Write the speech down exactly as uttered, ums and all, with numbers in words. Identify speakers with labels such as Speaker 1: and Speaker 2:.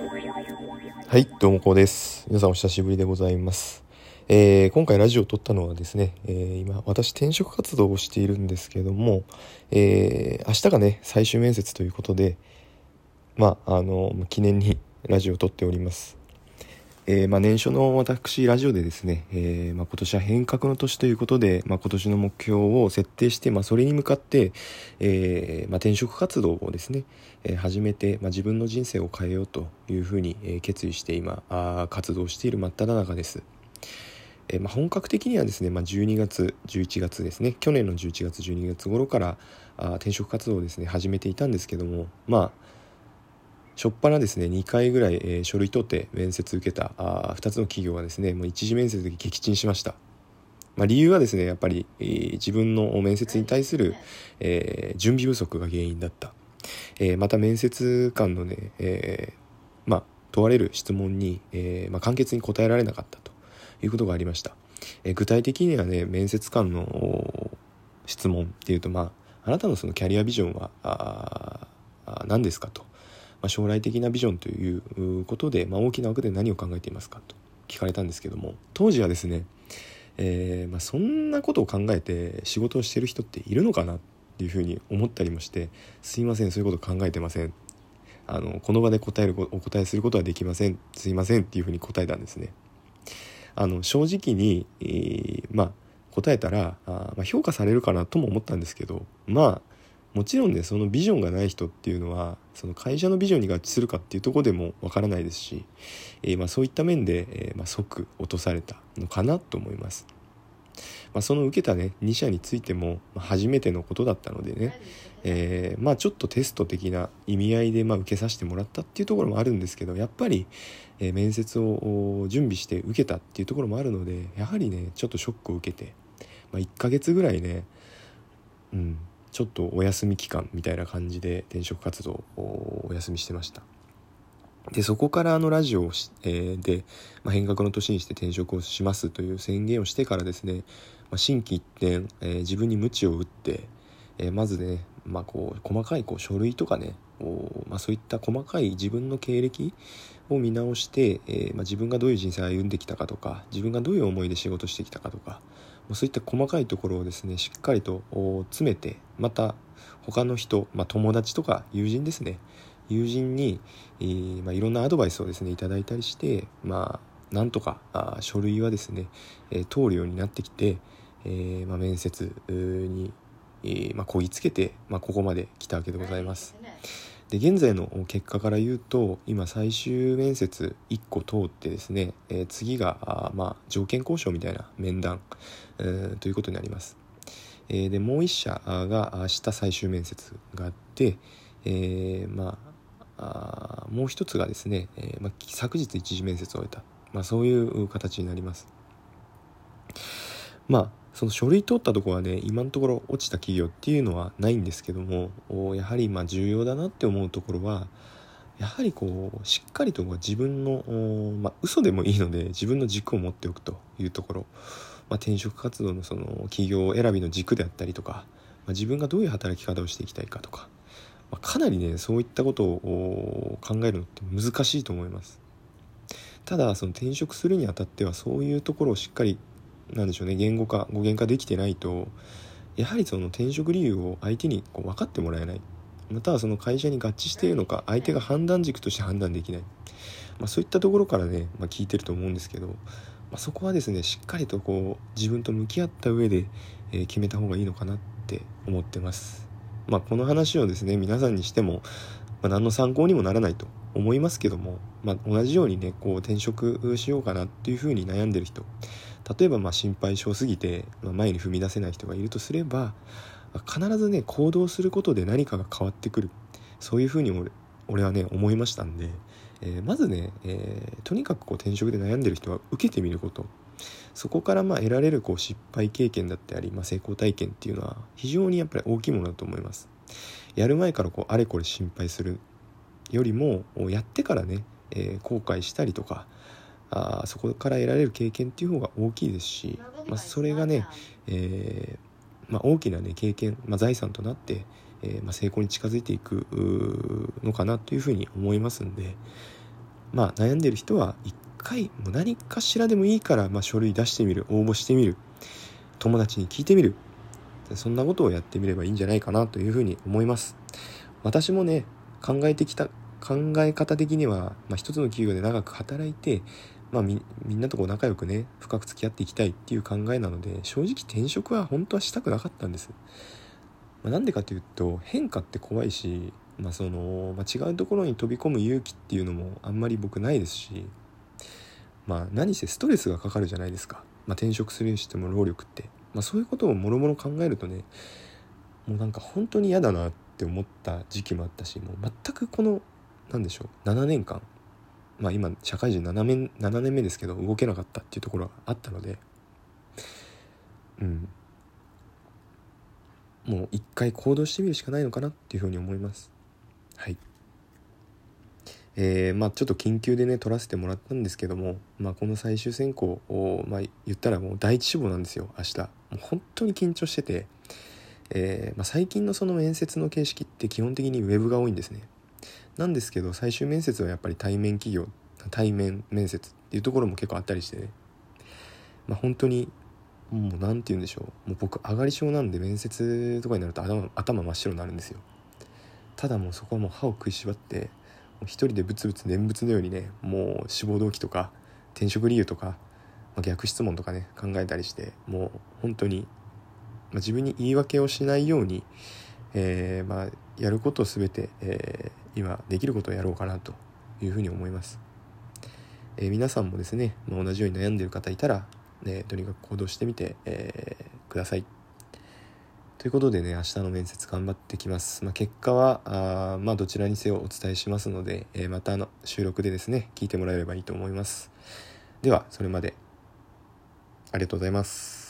Speaker 1: はい、どうもこうです。皆さんお久しぶりでございます。えー今回ラジオを撮ったのはですね、えー今私転職活動をしているんですけれども、えー明日がね最終面接ということで、まああの記念にラジオを撮っております。えーまあ、年初の私ラジオでですね、えーまあ、今年は変革の年ということで、まあ、今年の目標を設定して、まあ、それに向かって、えーまあ、転職活動をですね、えー始めて、まあ、自分の人生を変えようというふうに、えー決意して今あー活動している真っ只中です。えーまあ、本格的にはですね、まあ、じゅうにがつじゅういちがつですね、去年のじゅういちがつじゅうにがつ頃からあ転職活動をですね始めていたんですけども、まあ初っ端ですねにかいぐらい、えー書類取って面接受けたあふたつの企業がですねもう一次面接で撃沈しました。まあ、理由はですねやっぱり、えー自分の面接に対する、えー準備不足が原因だった、えーまた面接官のね、えーまあ、問われる質問に、えーまあ、簡潔に答えられなかったということがありました。えー具体的にはね面接官のお質問っていうと、まあ、あなたのそのキャリアビジョンはああ何ですかと、まあ、将来的なビジョンということで、まあ、大きな枠で何を考えていますかと聞かれたんですけども、当時はですね、えーまあ、そんなことを考えて仕事をしている人っているのかなっていうふうに思ったりもして、すいませんそういうこと考えてません、あのこの場で答えるお答えすることはできません、すいませんっていうふうに答えたんですね。あの正直に、えーまあ、答えたらあ、まあ、評価されるかなとも思ったんですけど、まあもちろんねそのビジョンがない人っていうのはその会社のビジョンに合致するかっていうところでもわからないですし、えーまあ、そういった面で、えーまあ、即落とされたのかなと思います。まあ、その受けたねに社についても、まあ、初めてのことだったのでね、えーまあ、ちょっとテスト的な意味合いで、まあ、受けさせてもらったっていうところもあるんですけど、やっぱり、えー面接を準備して受けたっていうところもあるので、やはりねちょっとショックを受けて、まあ、いっかげつぐらいね、うん、ちょっとお休み期間みたいな感じで転職活動をお休みしてました。でそこからあのラジオをし、えーで、まあ、変革の年にして転職をしますという宣言をしてからですね、まあ、心機一転、えー自分に鞭を打って、えーまずね、まあ、こう細かいこう書類とかね、こうまあ、そういった細かい自分の経歴を見直して、えーまあ、自分がどういう人生を歩んできたかとか、自分がどういう思いで仕事してきたかとか、もうそういった細かいところをですねしっかりとお詰めて、また他の人、まあ、友達とか友人ですね、友人に、えーまあ、いろんなアドバイスをですねいただいたりして、まあ、なんとかあ書類はですね、えー通るようになってきて、えーまあ、面接に、えーまあ、こぎつけて、まあ、ここまで来たわけでございます。で現在の結果から言うと、今最終面接いっこ通ってですね、えー次があ、まあ、条件交渉みたいな面談、えーということになります。えーでもういっ社が明日最終面接があって、えーまあ、あもう一つがですね、えーまあ、昨日一次面接を終えた、まあ、そういう形になります。まあその書類通ったところはね今のところ落ちた企業っていうのはないんですけども、やはりまあ重要だなって思うところは、やはりこうしっかりと自分の、まあ、嘘でもいいので自分の軸を持っておくというところ、まあ、転職活動のその企業選びの軸であったりとか、まあ、自分がどういう働き方をしていきたいかとか、まあ、かなりねそういったことを考えるのって難しいと思います。ただその転職するにあたってはそういうところをしっかりなんでしょうね言語化語源化できてないと、やはりその転職理由を相手にこう分かってもらえない、またはその会社に合致しているのか相手が判断軸として判断できない、まあ、そういったところからね、まあ、聞いてると思うんですけど、まあ、そこはですねしっかりとこう自分と向き合った上で、えー決めた方がいいのかなって思ってます。まあ、この話をですね皆さんにしても、まあ、何の参考にもならないと思いますけども、まあ、同じようにねこう転職しようかなっていうふうに悩んでる人、例えばまあ心配性すぎて、まあ、前に踏み出せない人がいるとすれば、必ずね行動することで何かが変わってくる、そういうふうに俺俺はね思いましたんで、えーまずね、えーとにかくこう転職で悩んでる人は受けてみること、そこからまあ得られるこう失敗経験だったり、まあ、成功体験っていうのは非常にやっぱり大きいものだと思います。やる前からこうあれこれ心配するよりもやってからね、えー後悔したりとか、あそこから得られる経験っていう方が大きいですし、まあ、それがね、えーまあ、大きな、ね、経験、まあ、財産となって、えーまあ、成功に近づいていくのかなというふうに思いますんで、 まあ悩んでる人は一回もう何かしらでもいいから、まあ、書類出してみる、応募してみる、友達に聞いてみる、そんなことをやってみればいいんじゃないかなというふうに思います。私もね、考えてきた考え方的には、まあ、一つの企業で長く働いて、まあ、み, みんなとこう仲良くね深く付き合っていきたいっていう考えなので、正直転職は本当はしたくなかったんです。まあ、なんでかというと変化って怖いし、まあそのまあ、違うところに飛び込む勇気っていうのもあんまり僕ないですし、まあ何せストレスがかかるじゃないですか、まあ、転職するにしても労力って、まあ、そういうことをもろもろ考えるとね、もうなんか本当に嫌だなって思った時期もあったし、もう全くこのなんでしょうななねんかん、まあ今社会人ななねん、ななねんめですけど動けなかったっていうところがあったので、うんもう一回行動してみるしかないのかなっていうふうに思います。はい。えー、まあちょっと緊急でね取らせてもらったんですけども、まあこの最終選考をまあ言ったらもう第一志望なんですよ明日。もう本当に緊張してて、えーまあ、最近のその面接の形式って基本的にウェブが多いんですね。なんですけど最終面接はやっぱり対面企業対面面接っていうところも結構あったりしてね、まあ本当にもうなんて言うんでしょう、もう僕上がり症なんで面接とかになると頭、頭真っ白になるんですよ。ただもうそこはもう歯を食いしばって、もう一人でブツブツ念仏のようにね、もう志望動機とか転職理由とか、まあ、逆質問とかね考えたりして、もう本当に、まあ、自分に言い訳をしないように、えー、まあやることを全て、えー、今できることをやろうかなというふうに思います。えー、皆さんもですね、まあ、同じように悩んでいる方いたら、ね、とにかく行動してみて、えー、ください。ということでね、明日の面接頑張ってきます。まあ、結果はあまあどちらにせよお伝えしますので、えー、またの収録でですね聞いてもらえればいいと思います。ではそれまでありがとうございます。